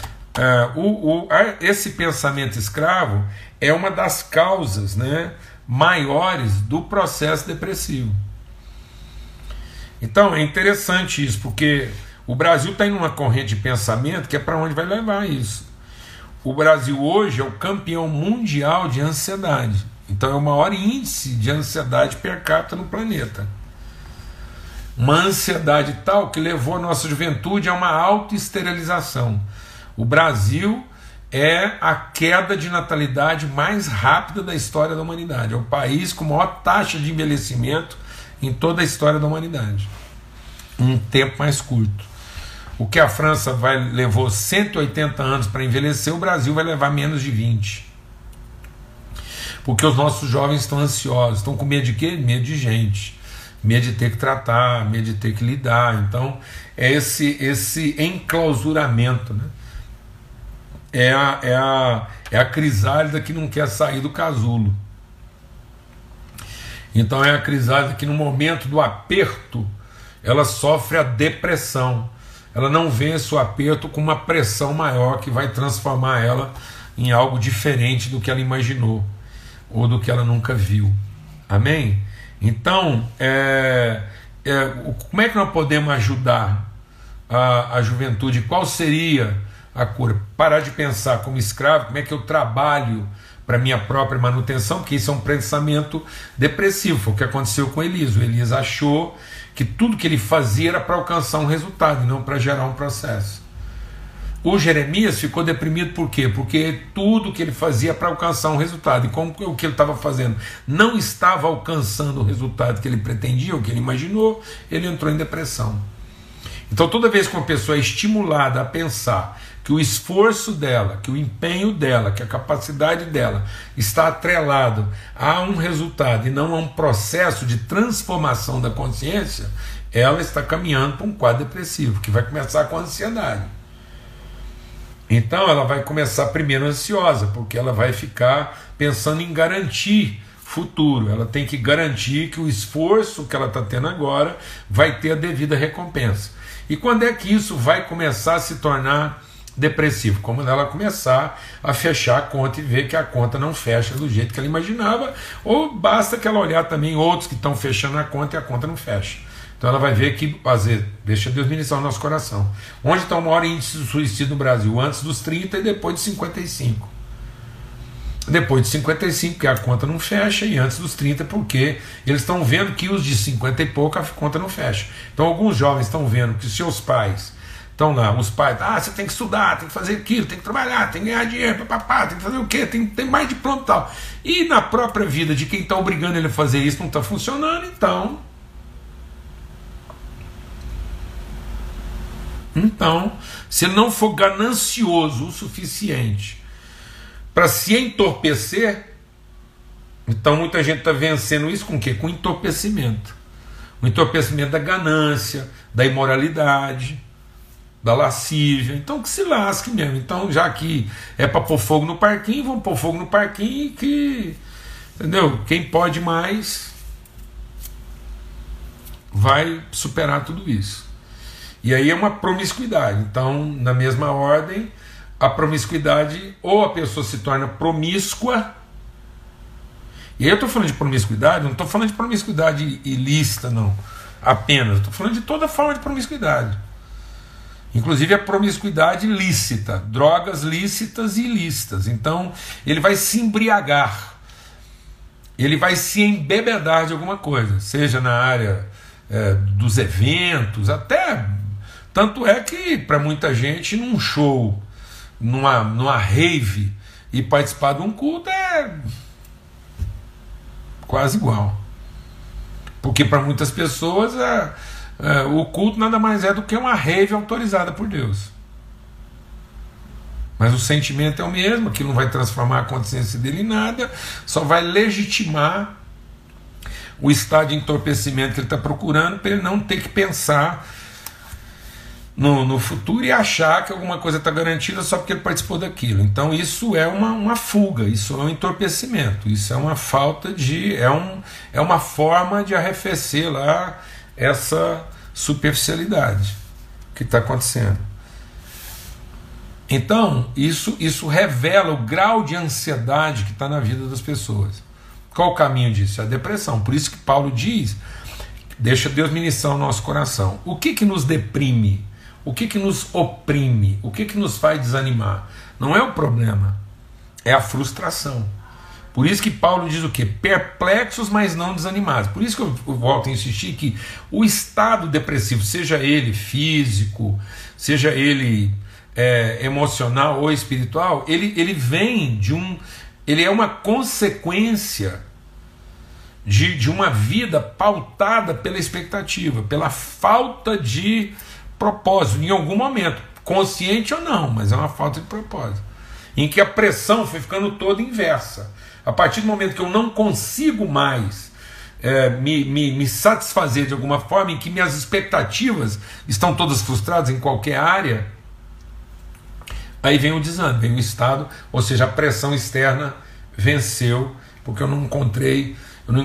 esse pensamento escravo é uma das causas, né, maiores do processo depressivo. Então é interessante isso, porque o Brasil está em uma corrente de pensamento que é para onde vai levar isso. O Brasil hoje é o campeão mundial de ansiedade, então é o maior índice de ansiedade per capita no planeta. Uma ansiedade tal que levou a nossa juventude a uma autoesterilização. O Brasil é a queda de natalidade mais rápida da história da humanidade. É o país com maior taxa de envelhecimento em toda a história da humanidade. Um tempo mais curto. O que a França levou 180 anos para envelhecer, o Brasil vai levar menos de 20. Porque os nossos jovens estão ansiosos. Estão com medo de quê? Medo de gente. Medo de ter que tratar, medo de ter que lidar. Então, é esse enclausuramento, né? É a crisálida que não quer sair do casulo. Então é a crisálida que no momento do aperto ela sofre a depressão. Ela não vence o aperto com uma pressão maior que vai transformar ela em algo diferente do que ela imaginou ou do que ela nunca viu. Amém? Então, como é que nós podemos ajudar a juventude? Qual seria a cura? Parar de pensar como escravo, como é que eu trabalho para minha própria manutenção, porque isso é um pensamento depressivo. Foi o que aconteceu com Elias. O Elias achou que tudo que ele fazia era para alcançar um resultado e não para gerar um processo. O Jeremias ficou deprimido por quê? Porque tudo que ele fazia para alcançar um resultado, e como o que ele estava fazendo não estava alcançando o resultado que ele pretendia, o que ele imaginou, ele entrou em depressão. Então toda vez que uma pessoa é estimulada a pensar que o esforço dela, que o empenho dela, que a capacidade dela está atrelado a um resultado e não a um processo de transformação da consciência, ela está caminhando para um quadro depressivo, que vai começar com a ansiedade. Então ela vai começar primeiro ansiosa, porque ela vai ficar pensando em garantir futuro. Ela tem que garantir que o esforço que ela está tendo agora vai ter a devida recompensa. E quando é que isso vai começar a se tornar depressivo? Quando ela começar a fechar a conta e ver que a conta não fecha do jeito que ela imaginava, ou basta que ela olhar também outros que estão fechando a conta e a conta não fecha. Então ela vai ver que, deixa Deus ministrar o nosso coração. Onde está o maior índice de suicídio no Brasil? Antes dos 30 e depois de 55. Depois de 55, porque a conta não fecha, e antes dos 30, porque eles estão vendo que os de 50 e pouco a conta não fecha. Então alguns jovens estão vendo que seus pais estão lá, os pais, você tem que estudar, tem que fazer aquilo, tem que trabalhar, tem que ganhar dinheiro, papapá, tem que fazer o quê, tem mais diploma e tal. E na própria vida de quem está obrigando ele a fazer isso não está funcionando, Então, se ele não for ganancioso o suficiente para se entorpecer, então muita gente está vencendo isso com o quê? Com entorpecimento. O entorpecimento da ganância, da imoralidade, da lascívia. Então que se lasque mesmo. Então, já que é para pôr fogo no parquinho, vamos pôr fogo no parquinho, que, entendeu? Quem pode mais vai superar tudo isso. E aí é uma promiscuidade. Então, na mesma ordem, a promiscuidade, ou a pessoa se torna promíscua. E aí eu estou falando de promiscuidade, não estou falando de promiscuidade ilícita, não. Apenas, estou falando de toda forma de promiscuidade. Inclusive a promiscuidade lícita, drogas lícitas e ilícitas. Então, ele vai se embriagar, ele vai se embebedar de alguma coisa, seja na área dos eventos, até. Tanto é que, para muita gente, num show, numa rave, e participar de um culto é quase igual. Porque para muitas pessoas o culto nada mais é do que uma rave autorizada por Deus. Mas o sentimento é o mesmo, aquilo não vai transformar a consciência dele em nada, só vai legitimar o estado de entorpecimento que ele está procurando, para ele não ter que pensar no futuro e achar que alguma coisa está garantida só porque ele participou daquilo. Então isso é uma fuga, isso é um entorpecimento, isso é uma falta de. É uma forma de arrefecer lá essa superficialidade que está acontecendo. Então isso revela o grau de ansiedade que está na vida das pessoas. Qual o caminho disso? É a depressão. Por isso que Paulo diz: deixa Deus ministrar o nosso coração. O que nos deprime? O que nos oprime? O que nos faz desanimar? Não é o problema, é a frustração. Por isso que Paulo diz o quê? Perplexos, mas não desanimados. Por isso que eu volto a insistir que o estado depressivo, seja ele físico, seja ele emocional ou espiritual, ele vem de ele é uma consequência de uma vida pautada pela expectativa, pela falta de propósito, em algum momento, consciente ou não, mas é uma falta de propósito, em que a pressão foi ficando toda inversa. A partir do momento que eu não consigo mais me satisfazer de alguma forma, em que minhas expectativas estão todas frustradas em qualquer área, aí vem o desânimo, vem o estado, ou seja, a pressão externa venceu, porque eu não encontrei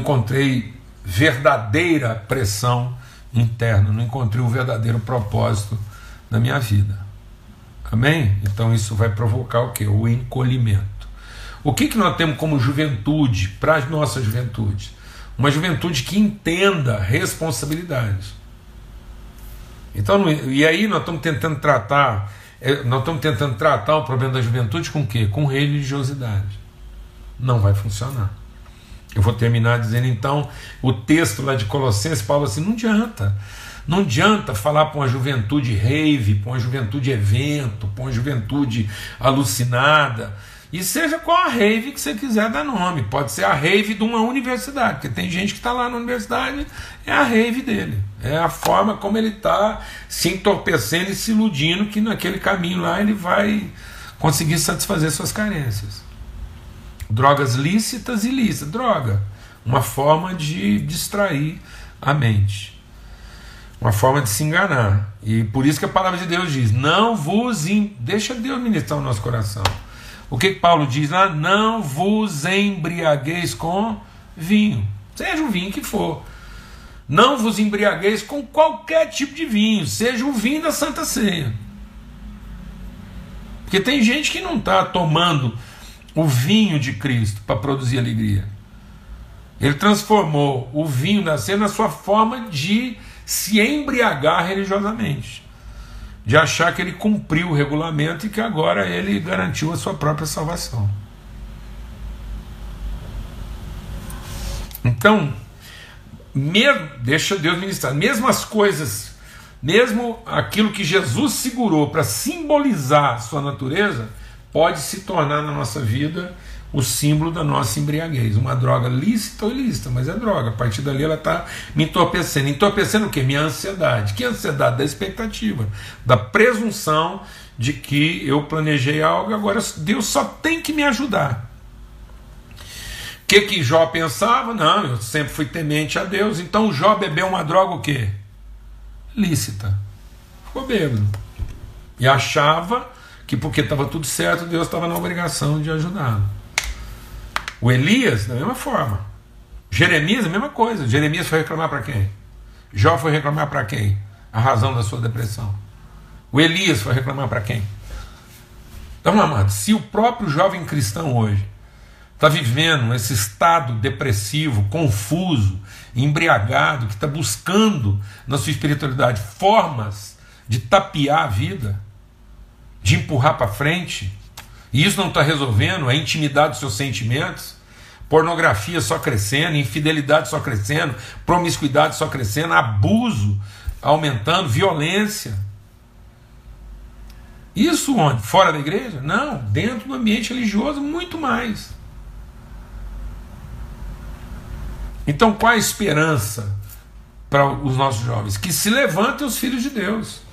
verdadeira pressão interna, não encontrei o verdadeiro propósito na minha vida. Amém? Então isso vai provocar o quê? O encolhimento. O que nós temos como juventude, para a nossa juventude? Uma juventude que entenda responsabilidades. Então, e aí nós estamos tentando tratar o problema da juventude com o quê? Com religiosidade. Não vai funcionar. Eu vou terminar dizendo então, o texto lá de Colossenses, Paulo assim, não adianta falar para uma juventude rave, para uma juventude evento, para uma juventude alucinada, e seja qual a rave que você quiser dar nome, pode ser a rave de uma universidade, porque tem gente que está lá na universidade, é a rave dele, é a forma como ele está se entorpecendo e se iludindo que naquele caminho lá ele vai conseguir satisfazer suas carências. Drogas lícitas e ilícitas. Droga, uma forma de distrair a mente, uma forma de se enganar. E por isso que a palavra de Deus diz: não vos deixa Deus ministrar o nosso coração. O que Paulo diz lá? Não vos embriagueis com vinho, seja o vinho que for. Não vos embriagueis com qualquer tipo de vinho, seja o vinho da Santa Ceia. Porque tem gente que não está tomando o vinho de Cristo para produzir alegria. Ele transformou o vinho da ceia na sua forma de se embriagar religiosamente, de achar que ele cumpriu o regulamento e que agora ele garantiu a sua própria salvação. Então, deixa Deus ministrar, mesmo as coisas, mesmo aquilo que Jesus segurou para simbolizar a sua natureza, pode se tornar na nossa vida o símbolo da nossa embriaguez, uma droga lícita ou ilícita, mas é droga. A partir dali ela está me entorpecendo. Entorpecendo o quê? Minha ansiedade. Que ansiedade? Da expectativa, da presunção de que eu planejei algo, agora Deus só tem que me ajudar. O que Jó pensava? Não, eu sempre fui temente a Deus, então Jó bebeu uma droga o quê? Lícita. Ficou bêbado. E achava que porque estava tudo certo, Deus estava na obrigação de ajudá-lo. O Elias, da mesma forma. Jeremias, a mesma coisa. Jeremias foi reclamar para quem? Jó foi reclamar para quem? A razão da sua depressão. O Elias foi reclamar para quem? Então, amado, se o próprio jovem cristão hoje está vivendo esse estado depressivo, confuso, embriagado, que está buscando na sua espiritualidade formas de tapear a vida, de empurrar para frente, e isso não está resolvendo, a intimidade dos seus sentimentos, pornografia só crescendo, infidelidade só crescendo, promiscuidade só crescendo, abuso aumentando, violência. Isso onde? Fora da igreja? Não, dentro do ambiente religioso, muito mais. Então qual a esperança para os nossos jovens? Que se levantem os filhos de Deus,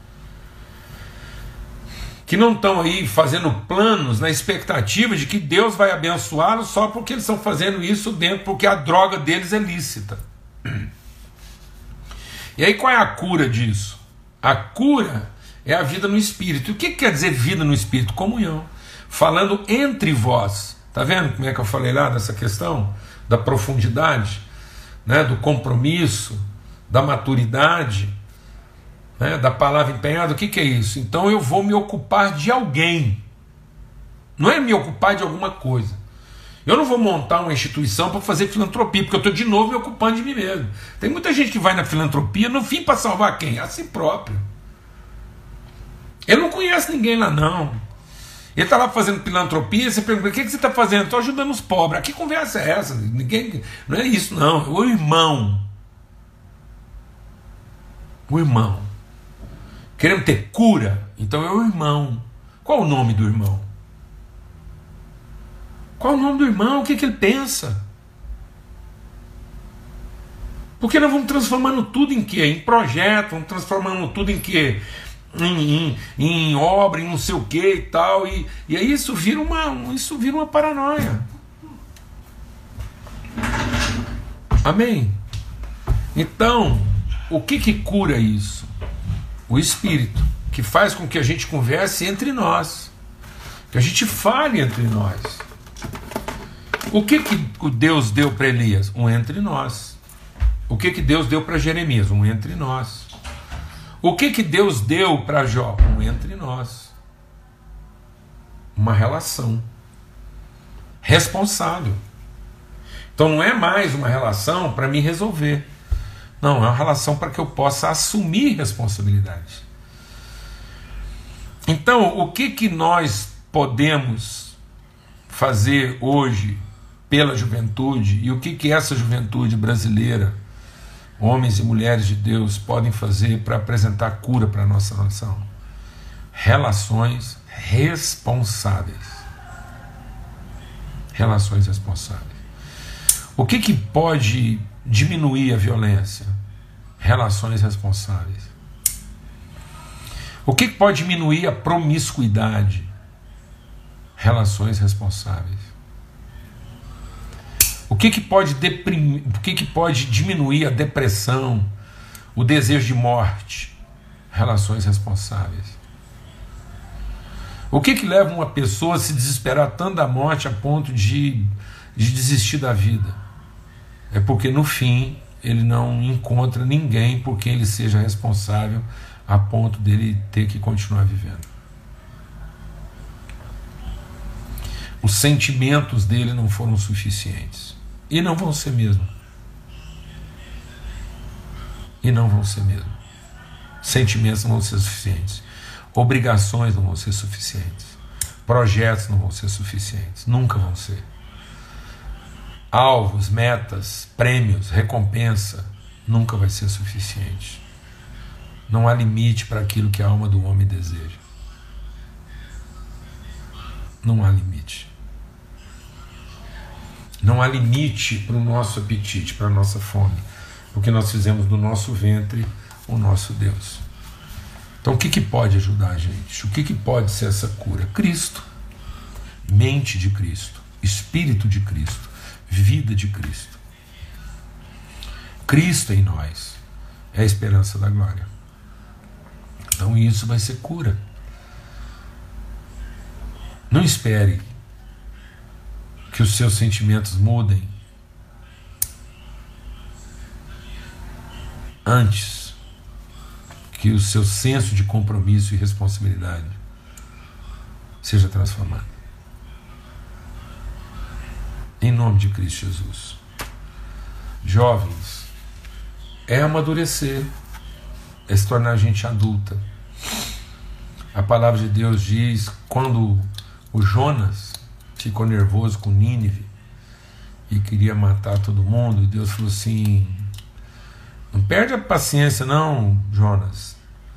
que não estão aí fazendo planos na expectativa de que Deus vai abençoá-los só porque eles estão fazendo isso dentro, porque a droga deles é lícita. E aí qual é a cura disso? A cura é a vida no Espírito. E o que quer dizer vida no Espírito? Comunhão. Falando entre vós. Está vendo como é que eu falei lá dessa questão? Da profundidade, né? Do compromisso, da maturidade, né, da palavra empenhada. O que é isso? Então eu vou me ocupar de alguém, não é me ocupar de alguma coisa. Eu não vou montar uma instituição para fazer filantropia, porque eu estou de novo me ocupando de mim mesmo. Tem muita gente que vai na filantropia no fim para salvar quem? A si próprio. Ele não conhece ninguém lá não. Ele está lá fazendo filantropia, você pergunta: o que você está fazendo? Estou ajudando os pobres. Que conversa é essa? Ninguém, não é isso não, é o irmão. O irmão. Queremos ter cura? Então é o irmão. Qual o nome do irmão? Qual o nome do irmão? O que ele pensa? Porque nós vamos transformando tudo em quê? Em projeto, vamos transformando tudo em quê? Em obra, em não sei o que e tal. E aí isso vira uma paranoia. Amém? Então, o que cura isso? O Espírito, que faz com que a gente converse entre nós, que a gente fale entre nós. O que Deus deu para Elias? Um entre nós. O que Deus deu para Jeremias? Um entre nós. O que Deus deu para Jó? Um entre nós. Uma relação responsável. Então não é mais uma relação para me resolver. Não, é uma relação para que eu possa assumir responsabilidade. Então, o que nós podemos fazer hoje pela juventude, e o que essa juventude brasileira, homens e mulheres de Deus, podem fazer para apresentar cura para a nossa nação? Relações responsáveis. Relações responsáveis. O que pode diminuir a violência? Relações responsáveis. O que pode diminuir a promiscuidade? Relações responsáveis. O que pode deprimir, o que pode diminuir a depressão, o desejo de morte? Relações responsáveis. O que leva uma pessoa a se desesperar tanto da morte a ponto de desistir da vida? é porque no fim ele não encontra ninguém por quem ele seja responsável a ponto dele ter que continuar vivendo. Os sentimentos dele não foram suficientes. E não vão ser mesmo. E não vão ser mesmo. Sentimentos não vão ser suficientes. Obrigações não vão ser suficientes. Projetos não vão ser suficientes. Nunca vão ser. Alvos, metas, prêmios, recompensa, nunca vai ser suficiente. Não há limite para aquilo que a alma do homem deseja. Não há limite. Não há limite para o nosso apetite, para a nossa fome, porque nós fizemos do nosso ventre o nosso Deus. Então o que pode ajudar a gente? O que pode ser essa cura? Cristo, mente de Cristo, Espírito de Cristo, vida de Cristo. Cristo em nós é a esperança da glória. Então isso vai ser cura. Não espere que os seus sentimentos mudem antes que o seu senso de compromisso e responsabilidade seja transformado. Em nome de Cristo Jesus. Jovens, é amadurecer, é se tornar gente adulta. A palavra de Deus diz, quando o Jonas ficou nervoso com Nínive e queria matar todo mundo, e Deus falou assim: não perde a paciência não, Jonas,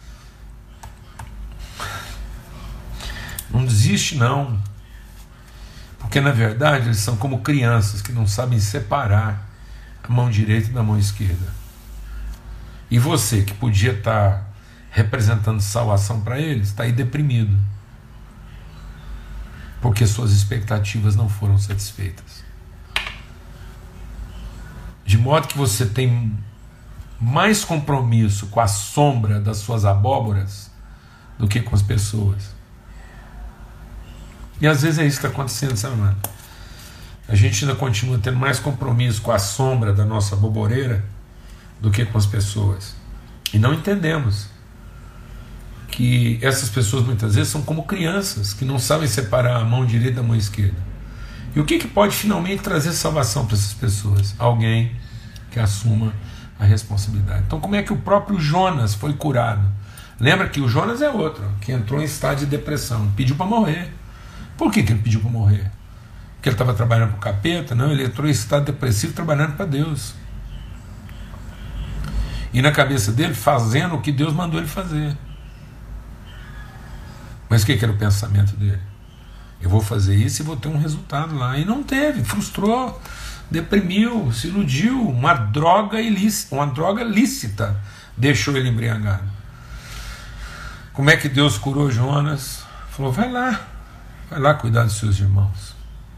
não desiste não, porque na verdade eles são como crianças que não sabem separar a mão direita da mão esquerda. E você, que podia estar representando salvação para eles, está aí deprimido, porque suas expectativas não foram satisfeitas. De modo que você tem mais compromisso com a sombra das suas abóboras do que com as pessoas. E às vezes é isso que está acontecendo, sabe, mano? A gente ainda continua tendo mais compromisso com a sombra da nossa boboreira do que com as pessoas. E não entendemos que essas pessoas muitas vezes são como crianças que não sabem separar a mão direita da mão esquerda. E o que pode finalmente trazer salvação para essas pessoas? Alguém que assuma a responsabilidade. Então, como é que o próprio Jonas foi curado? Lembra que o Jonas é outro, que entrou em estado de depressão, pediu para morrer. Por que ele pediu para morrer? Porque ele estava trabalhando para o capeta? Não, ele entrou em estado depressivo trabalhando para Deus. E na cabeça dele, fazendo o que Deus mandou ele fazer. Mas o que era o pensamento dele? Eu vou fazer isso e vou ter um resultado lá. E não teve, frustrou, deprimiu, se iludiu. Uma droga lícita deixou ele embriagado. Como é que Deus curou Jonas? Falou: vai lá cuidar dos seus irmãos.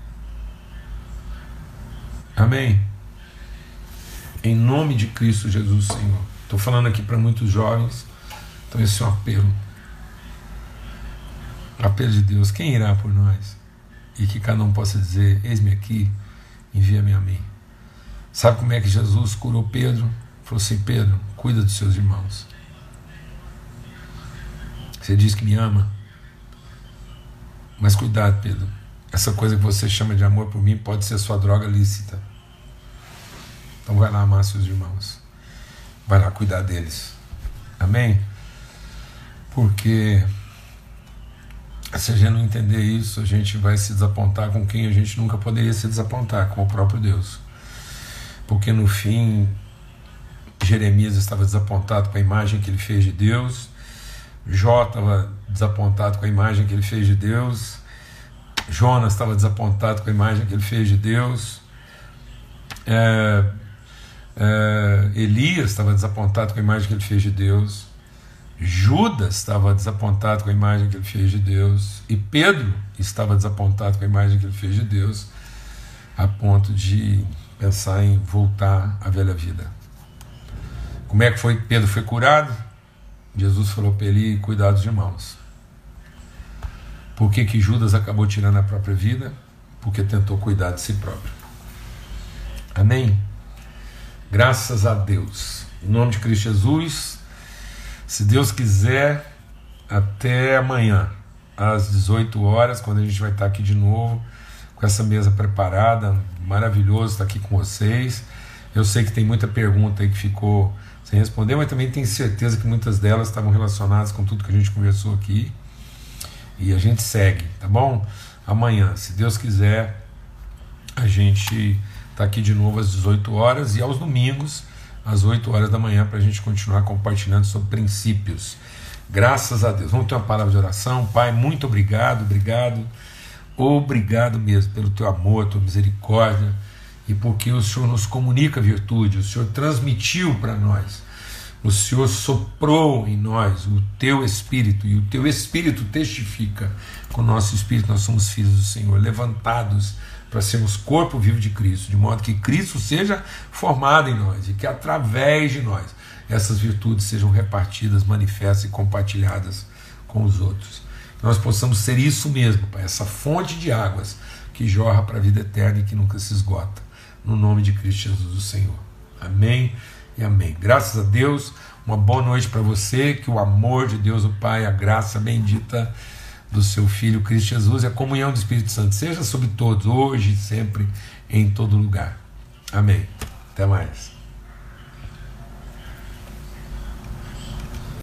Amém? Em nome de Cristo Jesus, Senhor. Estou falando aqui para muitos jovens, então esse é um apelo. Apelo de Deus: quem irá por nós? E que cada um possa dizer: eis-me aqui, envia-me a mim. Sabe como é que Jesus curou Pedro? Falou assim: Pedro, cuida dos seus irmãos. Você diz que me ama, mas cuidado, Pedro, essa coisa que você chama de amor por mim pode ser sua droga lícita. Então vai lá amar seus irmãos, vai lá cuidar deles. Amém? Porque se a gente não entender isso, a gente vai se desapontar com quem a gente nunca poderia se desapontar, com o próprio Deus. Porque no fim, Jeremias estava desapontado com a imagem que ele fez de Deus, Jó estava desapontado com a imagem que ele fez de Deus, Jonas estava desapontado com a imagem que ele fez de Deus, Elias estava desapontado com a imagem que ele fez de Deus, Judas estava desapontado com a imagem que ele fez de Deus, e Pedro estava desapontado com a imagem que ele fez de Deus, a ponto de pensar em voltar à velha vida. Como é que foi que Pedro foi curado? Jesus falou para ele cuidar dos irmãos. Por que Judas acabou tirando a própria vida? Porque tentou cuidar de si próprio. Amém? Graças a Deus. Em nome de Cristo Jesus, se Deus quiser, até amanhã, às 18 horas, quando a gente vai estar aqui de novo, com essa mesa preparada. Maravilhoso estar aqui com vocês. Eu sei que tem muita pergunta aí que ficou sem responder, mas também tenho certeza que muitas delas estavam relacionadas com tudo que a gente conversou aqui. E a gente segue, tá bom? Amanhã, se Deus quiser, a gente está aqui de novo às 18 horas e aos domingos, às 8 horas da manhã, para a gente continuar compartilhando sobre princípios. Graças a Deus. Vamos ter uma palavra de oração. Pai, muito obrigado, obrigado mesmo pelo teu amor, tua misericórdia, e porque o Senhor nos comunica a virtude, o Senhor transmitiu para nós, o Senhor soprou em nós o teu Espírito, e o teu Espírito testifica com o nosso Espírito. Nós somos filhos do Senhor, levantados para sermos corpo vivo de Cristo, de modo que Cristo seja formado em nós e que através de nós essas virtudes sejam repartidas, manifestas e compartilhadas com os outros. Que nós possamos ser isso mesmo, Pai, essa fonte de águas que jorra para a vida eterna e que nunca se esgota. No nome de Cristo Jesus, o Senhor. Amém e amém. Graças a Deus, uma boa noite para você, que o amor de Deus o Pai, a graça bendita do seu Filho Cristo Jesus e a comunhão do Espírito Santo seja sobre todos, hoje e sempre, em todo lugar. Amém. Até mais.